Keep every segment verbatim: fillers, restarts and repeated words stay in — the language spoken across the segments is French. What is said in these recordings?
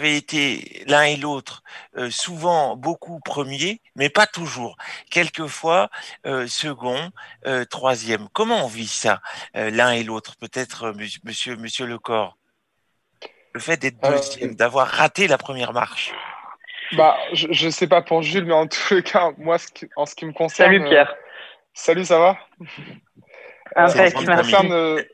avez été l'un et l'autre euh, souvent beaucoup premiers, mais pas toujours. Quelquefois euh, second, euh, troisième. Comment on vit ça, euh, l'un et l'autre? Peut-être, euh, monsieur, monsieur, monsieur Lecor, le fait d'être Euh, deuxième, d'avoir raté la première marche. Bah, je, je sais pas pour Jules, mais en tous les cas, moi, ce qui- en ce qui me concerne, Salut euh, Pierre. salut, ça va? Euh, C'est une en ce Impec, qui grande me concerne, famille. merci. euh,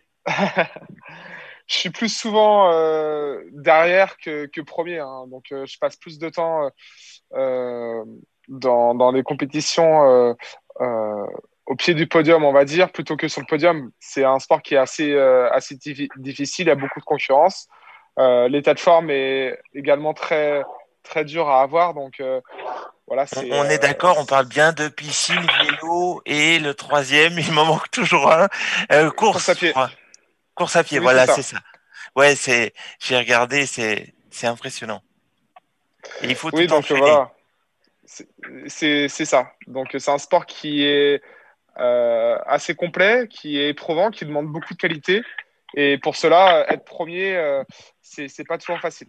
je suis plus souvent euh, derrière que, que premier, hein. Donc, euh, je passe plus de temps euh, dans, dans les compétitions euh, euh, au pied du podium, on va dire, plutôt que sur le podium. C'est un sport qui est assez, euh, assez diffi- difficile, il y a beaucoup de concurrence. Euh, l'état de forme est également très, très dur à avoir. Donc, euh, voilà, On, c'est. on est Euh, d'accord, on parle bien de piscine, vélo et le troisième, il m'en manque toujours un, euh, course à course, je pied. crois. Course à pied, Oui, c'est voilà, c'est ça. ça. Ouais, c'est, j'ai regardé, c'est, c'est impressionnant. Et il faut Oui, tout donc euh, enchaîner. voilà, c'est c'est- c'est ça. Donc, euh, c'est un sport qui est euh, assez complet, qui est éprouvant, qui demande beaucoup de qualité. Et pour cela, être premier, euh, c'est c'est pas toujours facile.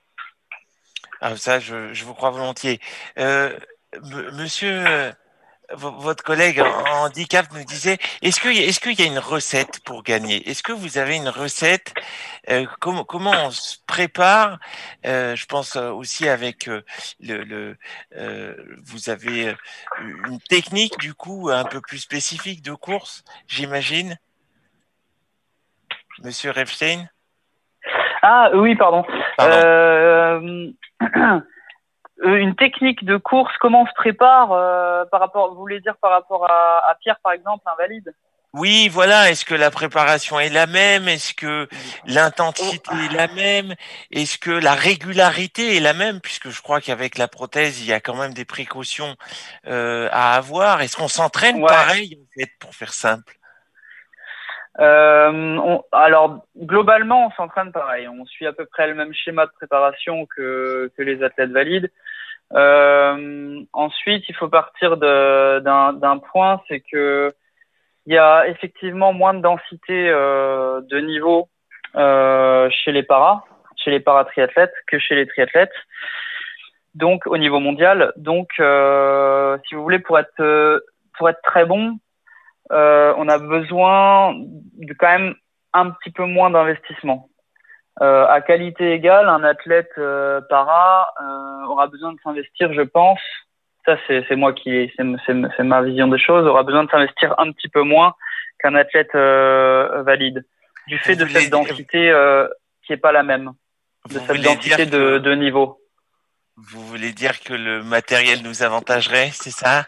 Ah, ça, je, je vous crois volontiers. Euh, m- monsieur, euh, v- votre collègue en en handicap nous disait, est-ce que, est-ce qu'il y a une recette pour gagner? Est-ce que vous avez une recette? Euh, comment, comment on se prépare? Euh, je pense euh, aussi avec euh, le, le euh, vous avez euh, une technique du coup un peu plus spécifique de course, j'imagine, Monsieur Repstein? Ah oui, pardon. Pardon. Euh, une technique de course, comment on se prépare euh, par rapport, vous voulez dire par rapport à, à Pierre par exemple, invalide? Oui, voilà. Est-ce que la préparation est la même? Est-ce que l'intensité est la même? Est-ce que la régularité est la même? Puisque je crois qu'avec la prothèse, il y a quand même des précautions euh, à avoir. Est-ce qu'on s'entraîne Ouais. pareil, en fait, pour faire simple? Euh, on- alors globalement, on s'entraîne pareil. On suit à peu près le même schéma de préparation que, que les athlètes valides. Euh, ensuite, il faut partir de- d'un d'un point, c'est que il y a effectivement moins de densité euh, de niveau euh, chez les paras, chez les paratriathlètes que chez les triathlètes. Donc au niveau mondial. Donc, euh, si vous voulez, pour être euh, pour être très bon, euh, on a besoin de quand même un petit peu moins d'investissement. Euh, à qualité égale, un athlète euh, para euh, aura besoin de s'investir, je pense. Ça, c'est, c'est moi qui, c'est, c'est, c'est ma vision des choses. Aura besoin de s'investir un petit peu moins qu'un athlète euh, valide, du Vous fait de voulez, cette densité euh, qui est pas la même, de vous cette voulez densité dire de, que de niveau. vous voulez dire que le matériel nous avantagerait, c'est ça?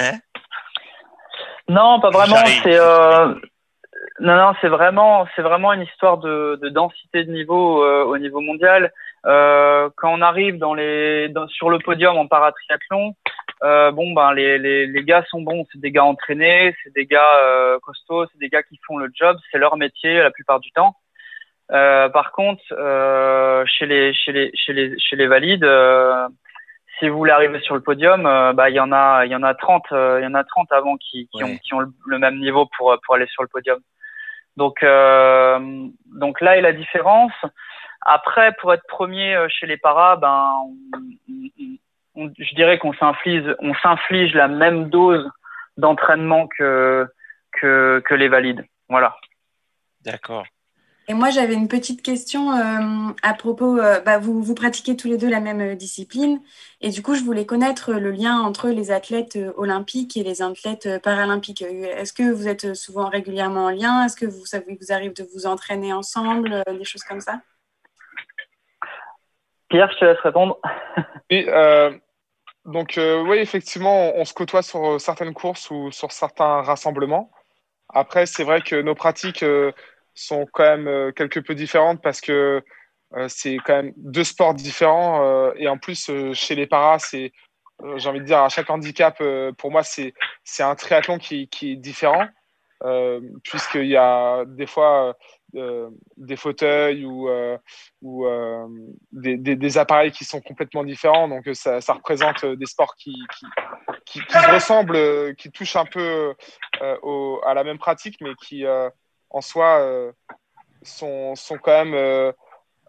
Non, pas vraiment. J'arrive, C'est désolé. euh, non, non, c'est vraiment, c'est vraiment une histoire de, de densité de niveau euh, au niveau mondial. Euh, quand on arrive dans les, dans, sur le podium en paratriathlon, euh, bon ben les, les, les gars sont bons, c'est des gars entraînés, c'est des gars euh, costauds, c'est des gars qui font le job, c'est leur métier la plupart du temps. Euh, par contre, euh, chez les, chez les, chez les, chez les valides, euh, si vous voulez arriver sur le podium, euh, bah il y en a, il y en a trente, euh, il y en a trente avant qui, qui ont, Ouais. qui ont le, le même niveau pour, pour aller sur le podium. Donc, euh, donc là est la différence. Après, pour être premier euh, chez les paras, ben, on, on, on, je dirais qu'on s'inflige, on s'inflige la même dose d'entraînement que, que, que les valides. Voilà. D'accord. Et moi, j'avais une petite question euh, à propos, euh, bah, vous, vous pratiquez tous les deux la même euh, discipline, et du coup, je voulais connaître le lien entre les athlètes euh, olympiques et les athlètes euh, paralympiques. Euh, Est-ce que vous êtes souvent régulièrement en lien? Est-ce que vous savez, vous arrive de vous entraîner ensemble, euh, des choses comme ça? Pierre, je te laisse répondre. Et, euh, donc, euh, oui, effectivement, on, on se côtoie sur certaines courses ou sur certains rassemblements. Après, c'est vrai que nos pratiques euh, sont quand même euh, quelque peu différentes parce que euh, c'est quand même deux sports différents. Euh, et en plus, euh, chez les paras, c'est, euh, j'ai envie de dire, à chaque handicap, euh, pour moi, c'est, c'est un triathlon qui, qui est différent. Euh, puisqu'il y a des fois euh, des fauteuils ou, euh, ou euh, des, des, des appareils qui sont complètement différents. Donc, ça, ça représente des sports qui, qui, qui, qui se ressemblent, euh, qui touchent un peu euh, au, à la même pratique, mais qui, euh, en soi, euh, sont, sont quand même euh,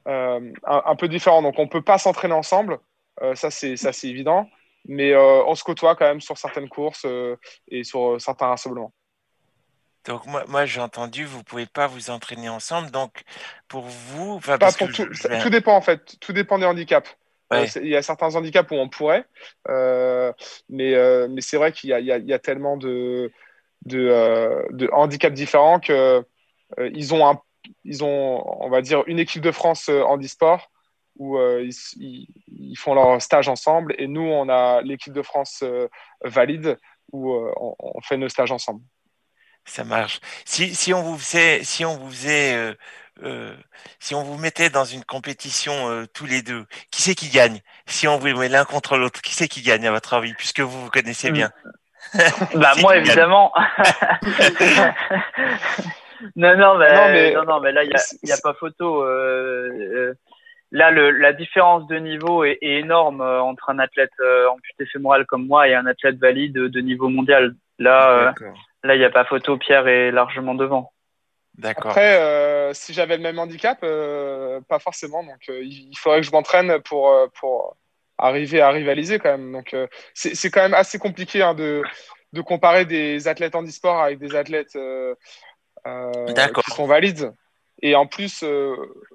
euh, un, un peu différents. Donc, on ne peut pas s'entraîner ensemble, euh, ça, c'est, ça, c'est évident, mais euh, on se côtoie quand même sur certaines courses euh, et sur certains rassemblements. Donc moi, moi j'ai entendu, vous pouvez pas vous entraîner ensemble. Donc pour vous, enfin Pas parce pour que tout, je, je ça- vais, tout dépend en fait, tout dépend des handicaps. Euh, ouais, c'est- il y a certains handicaps où on pourrait, euh, mais, euh, mais c'est vrai qu'il y a, il y a, il y a tellement de, de, euh, de handicaps différents que euh, ils ont un, ils ont, on va dire, une équipe de France euh, handisport où euh, ils, ils, ils font leur stage ensemble et nous, on a l'équipe de France euh, valide où euh, on, on fait nos stages ensemble. ça marche. Si si on vous faisait, si on vous faisait, euh, euh, si on vous mettait dans une compétition euh, tous les deux, qui c'est qui gagne? Si on vous met l'un contre l'autre, qui c'est qui gagne à votre avis, puisque vous vous connaissez Mm. bien? Qui Bah c'est moi qui gagne? évidemment. Non non Ah non, mais mais non non mais là il y a c'est- il y a c'est- pas photo. Euh, euh, là le la différence de niveau est, est énorme euh, entre un athlète euh, amputé fémoral comme moi et un athlète valide de, de niveau mondial. Là euh, D'accord, là il y a pas photo. Pierre est largement devant. d'accord. après, euh, si j'avais le même handicap, euh, pas forcément. Donc, euh, il il faudrait que je m'entraîne pour, euh, pour arriver à rivaliser quand même. Donc, euh, c'est c'est quand même assez compliqué hein, de, de comparer des athlètes handisport avec des athlètes euh, euh, qui D'accord. sont valides. Et en plus, euh,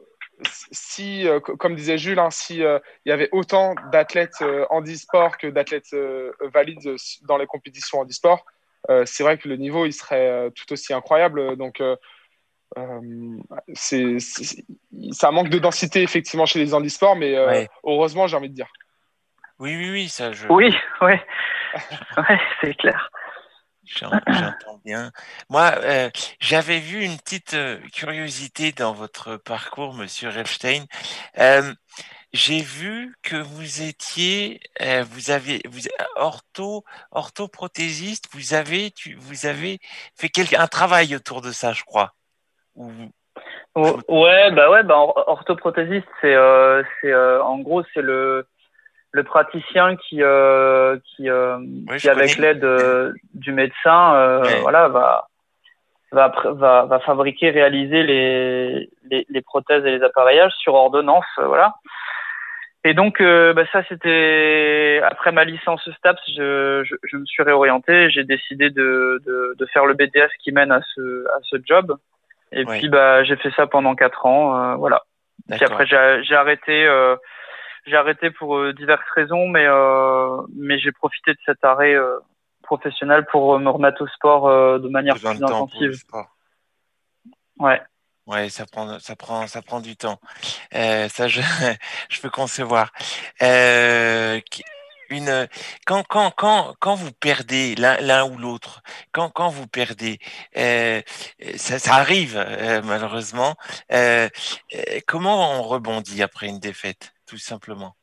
si, euh, comme disait Jules, hein, si euh, il y avait autant d'athlètes euh, handisport que d'athlètes euh, valides dans les compétitions handisport, euh, c'est vrai que le niveau il serait euh, tout aussi incroyable. Donc, euh, euh, c'est, c'est- ça manque de densité effectivement chez les handisports, mais euh, Ouais. heureusement, j'ai envie de dire. Oui, oui, oui, ça je. Oui ouais ouais c'est clair. J'en- J'entends bien. Moi, euh, j'avais vu une petite euh, curiosité dans votre parcours, Monsieur Repstein. Euh, j'ai vu que vous étiez, euh, vous avez, vous ortho, orthoprothésiste. Vous avez, tu, vous avez fait quelque, un travail autour de ça, je crois. Ou je Oh, me trompe. ouais bah ouais bah or- orthoprothésiste c'est euh, c'est euh, en gros c'est le le praticien qui euh, qui euh, Oui, je qui avec connais. l'aide euh, du médecin euh, Ouais, voilà va va, pr- va, va fabriquer, réaliser les, les, les prothèses et les appareillages sur ordonnance, euh, voilà. Et donc, euh, bah, ça, c'était après ma licence STAPS, je, je, je me suis réorienté, j'ai décidé de, de, de faire le B D S qui mène à ce, à ce job. Et ouais, puis, bah, j'ai fait ça pendant quatre ans, euh, voilà. Puis d'accord. après, j'ai, j'ai arrêté, euh, j'ai arrêté pour euh, diverses raisons, mais, euh, mais j'ai profité de cet arrêt euh, professionnel pour me remettre au sport euh, de manière Besoin de plus temps pour le intensive. sport. Ouais. Ouais, ça prend, ça prend, ça prend du temps. Euh, ça, je, je peux concevoir. Euh, qui- une, quand, quand, quand, quand vous perdez l'un, l'un ou l'autre, quand, quand vous perdez, euh, ça, ça arrive euh, malheureusement. Euh, euh, comment on rebondit après une défaite, tout simplement?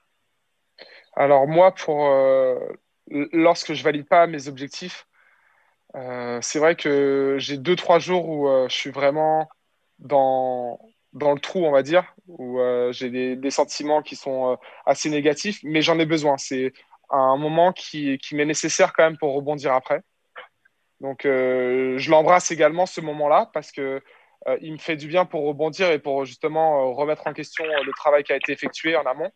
Alors moi, pour euh, lorsque je valide pas mes objectifs, euh, c'est vrai que j'ai deux, trois jours où euh, je suis vraiment dans, dans le trou, on va dire, où euh, j'ai des, des sentiments qui sont euh, assez négatifs, mais j'en ai besoin. C'est un moment qui, qui m'est nécessaire quand même pour rebondir après. Donc, euh, je l'embrasse également ce moment-là parce que euh, il me fait du bien pour rebondir et pour justement euh, remettre en question euh, le travail qui a été effectué en amont.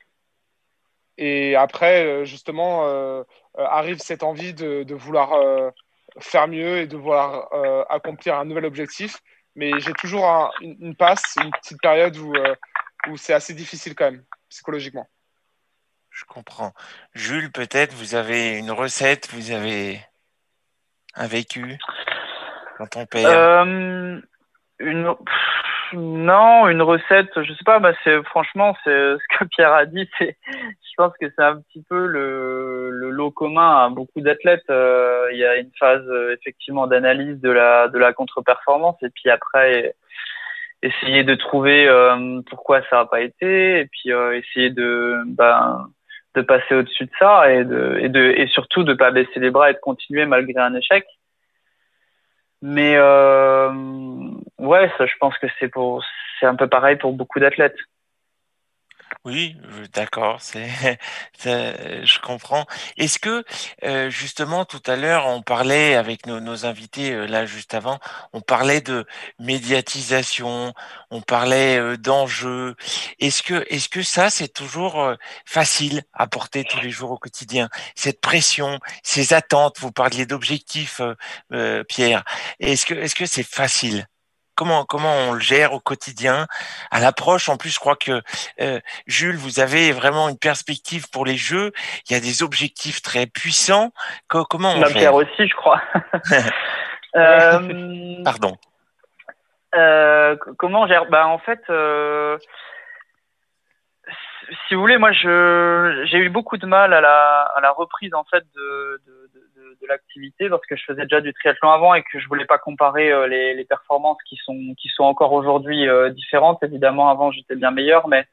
Et après, euh, justement, euh, euh, arrive cette envie de, de vouloir euh, faire mieux et de vouloir euh, accomplir un nouvel objectif. Mais j'ai toujours un- une, une passe, une petite période où, euh, où c'est assez difficile quand même, psychologiquement. Je comprends. Jules, peut-être, vous avez une recette, vous avez un vécu quand on perd. Euh, une, pff, non, une recette, je sais pas, bah c'est, franchement, c'est ce que Pierre a dit, c'est, je pense que c'est un petit peu le, le lot commun à beaucoup d'athlètes. Euh, il y a une phase, euh, effectivement, d'analyse de la, de la contre-performance, et puis après, essayer de trouver, euh, pourquoi ça n'a pas été, et puis, euh, essayer de, ben, de passer au-dessus de ça, et de, et de, et surtout de pas baisser les bras et de continuer malgré un échec. Mais euh, ouais, ça, je pense que c'est pour, c'est un peu pareil pour beaucoup d'athlètes. Oui, euh, d'accord, c'est, c'est- je comprends. Est-ce que euh, justement tout à l'heure on parlait avec nos, nos invités euh, là juste avant, on parlait de médiatisation, on parlait euh, d'enjeux. Est-ce que est-ce que ça c'est toujours euh, facile à porter tous les jours au quotidien? Cette pression, ces attentes, vous parliez d'objectifs, euh, euh, Pierre. Est-ce que est-ce que c'est facile? Comment comment on le gère au quotidien? À l'approche, en plus, je crois que euh, Jules, vous avez vraiment une perspective pour les jeux. Il y a des objectifs très puissants. Co- comment on Bah, Pierre gère? aussi, je crois. Ouais. euh, Pardon. euh, comment on gère? Bah, en fait, euh, si vous voulez, moi, je, j'ai eu beaucoup de mal à la, à la reprise en fait de, de, de, de l'activité parce que je faisais déjà du triathlon avant et que je voulais pas comparer euh, les, les performances qui sont, qui sont encore aujourd'hui euh, différentes. Évidemment, avant, j'étais bien meilleur, mais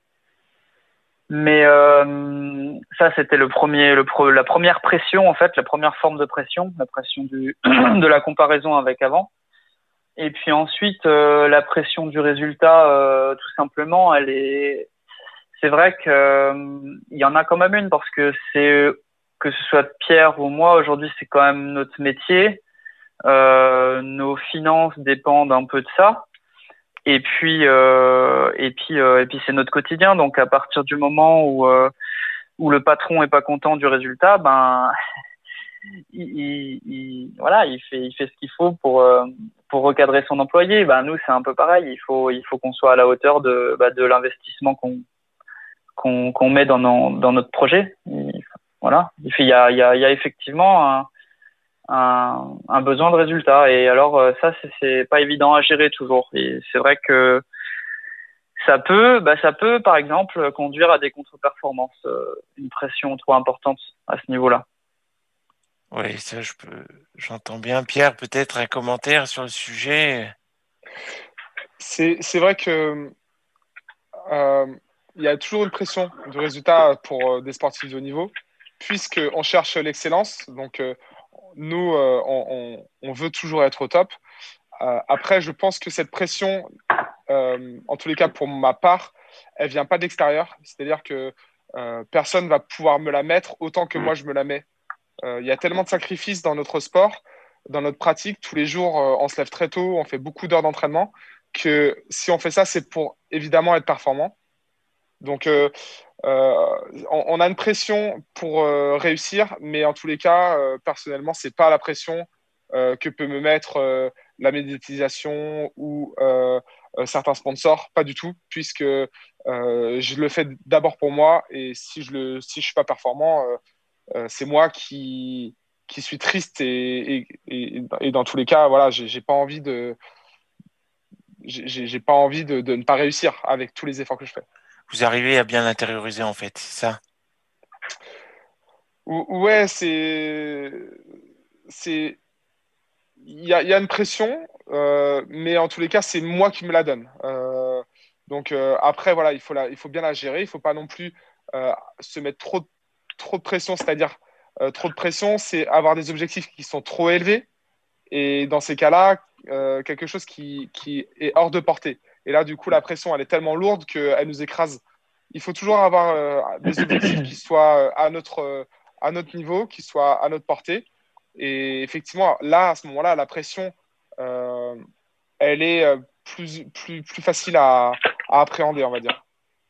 Mais euh, ça, c'était le premier, le pro, la première pression en fait, la première forme de pression, la pression du, de la comparaison avec avant. Et puis ensuite, euh, la pression du résultat, euh, tout simplement, elle est. C'est vrai que euh, il y en a quand même une parce que c'est que ce soit Pierre ou moi aujourd'hui, c'est quand même notre métier. Euh, nos finances dépendent un peu de ça. Et puis, euh, et puis, euh, et puis, c'est notre quotidien. Donc, à partir du moment où euh, où le patron est pas content du résultat, ben, il, il, il- voilà, il fait, il fait ce qu'il faut pour euh, pour recadrer son employé. Ben, nous, c'est un peu pareil. Il faut, il faut qu'on soit à la hauteur de bah, de l'investissement qu'on qu'on qu'on met dans nos, dans notre projet. Il- voilà. Il fait- il y a, il y a, il y a effectivement un, un, un besoin de résultat. Et alors, euh, ça, c'est c'est pas évident à gérer toujours. Et c'est vrai que ça peut, bah, ça peut, par exemple, conduire à des contre-performances, euh, une pression trop importante à ce niveau-là. Oui, ça, je peux, j'entends bien. Pierre, peut-être un commentaire sur le sujet. C'est, c'est vrai que euh, il y a toujours une pression de résultat pour euh, des sportifs de haut niveau, puisqu'on cherche l'excellence. Donc, euh, nous, euh, on, on- on veut toujours être au top. Euh, après, je pense que cette pression, euh, en tous les cas pour ma part, elle vient pas de l'extérieur. C'est-à-dire que euh, personne va pouvoir me la mettre autant que moi je me la mets. Euh, Il y a tellement de sacrifices dans notre sport, dans notre pratique. Tous les jours, euh, on se lève très tôt, on fait beaucoup d'heures d'entraînement, que si on fait ça, c'est pour évidemment être performant. Donc, euh, euh, on, on a une pression pour euh, réussir, mais en tous les cas, euh, personnellement, c'est pas la pression euh, que peut me mettre euh, la médiatisation ou euh, euh, certains sponsors, pas du tout, puisque euh, je le fais d'abord pour moi et si je le, si je suis pas performant, euh, euh, c'est moi qui qui suis triste et, et, et, et dans tous les cas, voilà, j'ai j'ai pas envie de j'ai j'ai pas envie de, de ne pas réussir avec tous les efforts que je fais. Vous arrivez à bien l'intérioriser, en fait, c'est ça. Ou- Ouais, c'est, c'est, il y a, il y a une pression, euh, mais en tous les cas, c'est moi qui me la donne. Euh, donc euh, après, voilà, il faut la, il faut bien la gérer. Il faut pas non plus euh, se mettre trop, de- trop de pression. C'est-à-dire, euh, trop de pression, c'est avoir des objectifs qui sont trop élevés. Et dans ces cas-là, euh, quelque chose qui, qui est hors de portée. Et là, du coup, la pression, elle est tellement lourde qu'elle nous écrase. Il faut toujours avoir euh, des objectifs qui soient euh, à notre, euh, à notre niveau, qui soient à notre portée. Et effectivement, là, à ce moment-là, la pression, euh, elle est euh, plus, plus, plus facile à, à appréhender, on va dire.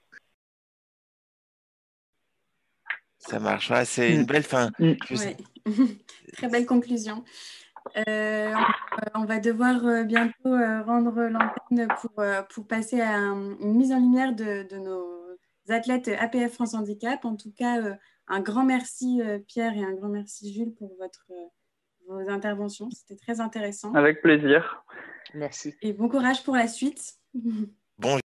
Ça marche. Ouais, c'est une Mm. belle fin. Mm. Je sais- Ouais. Très belle conclusion. Euh, on, on va devoir euh, bientôt euh, rendre l'antenne pour, euh, pour passer à un- une mise en lumière de, de nos athlètes A P F France Handicap. En tout cas, euh, un grand merci euh, Pierre et un grand merci Jules pour votre, euh, vos interventions. C'était très intéressant. Avec plaisir. Merci. Et bon courage pour la suite. Bon,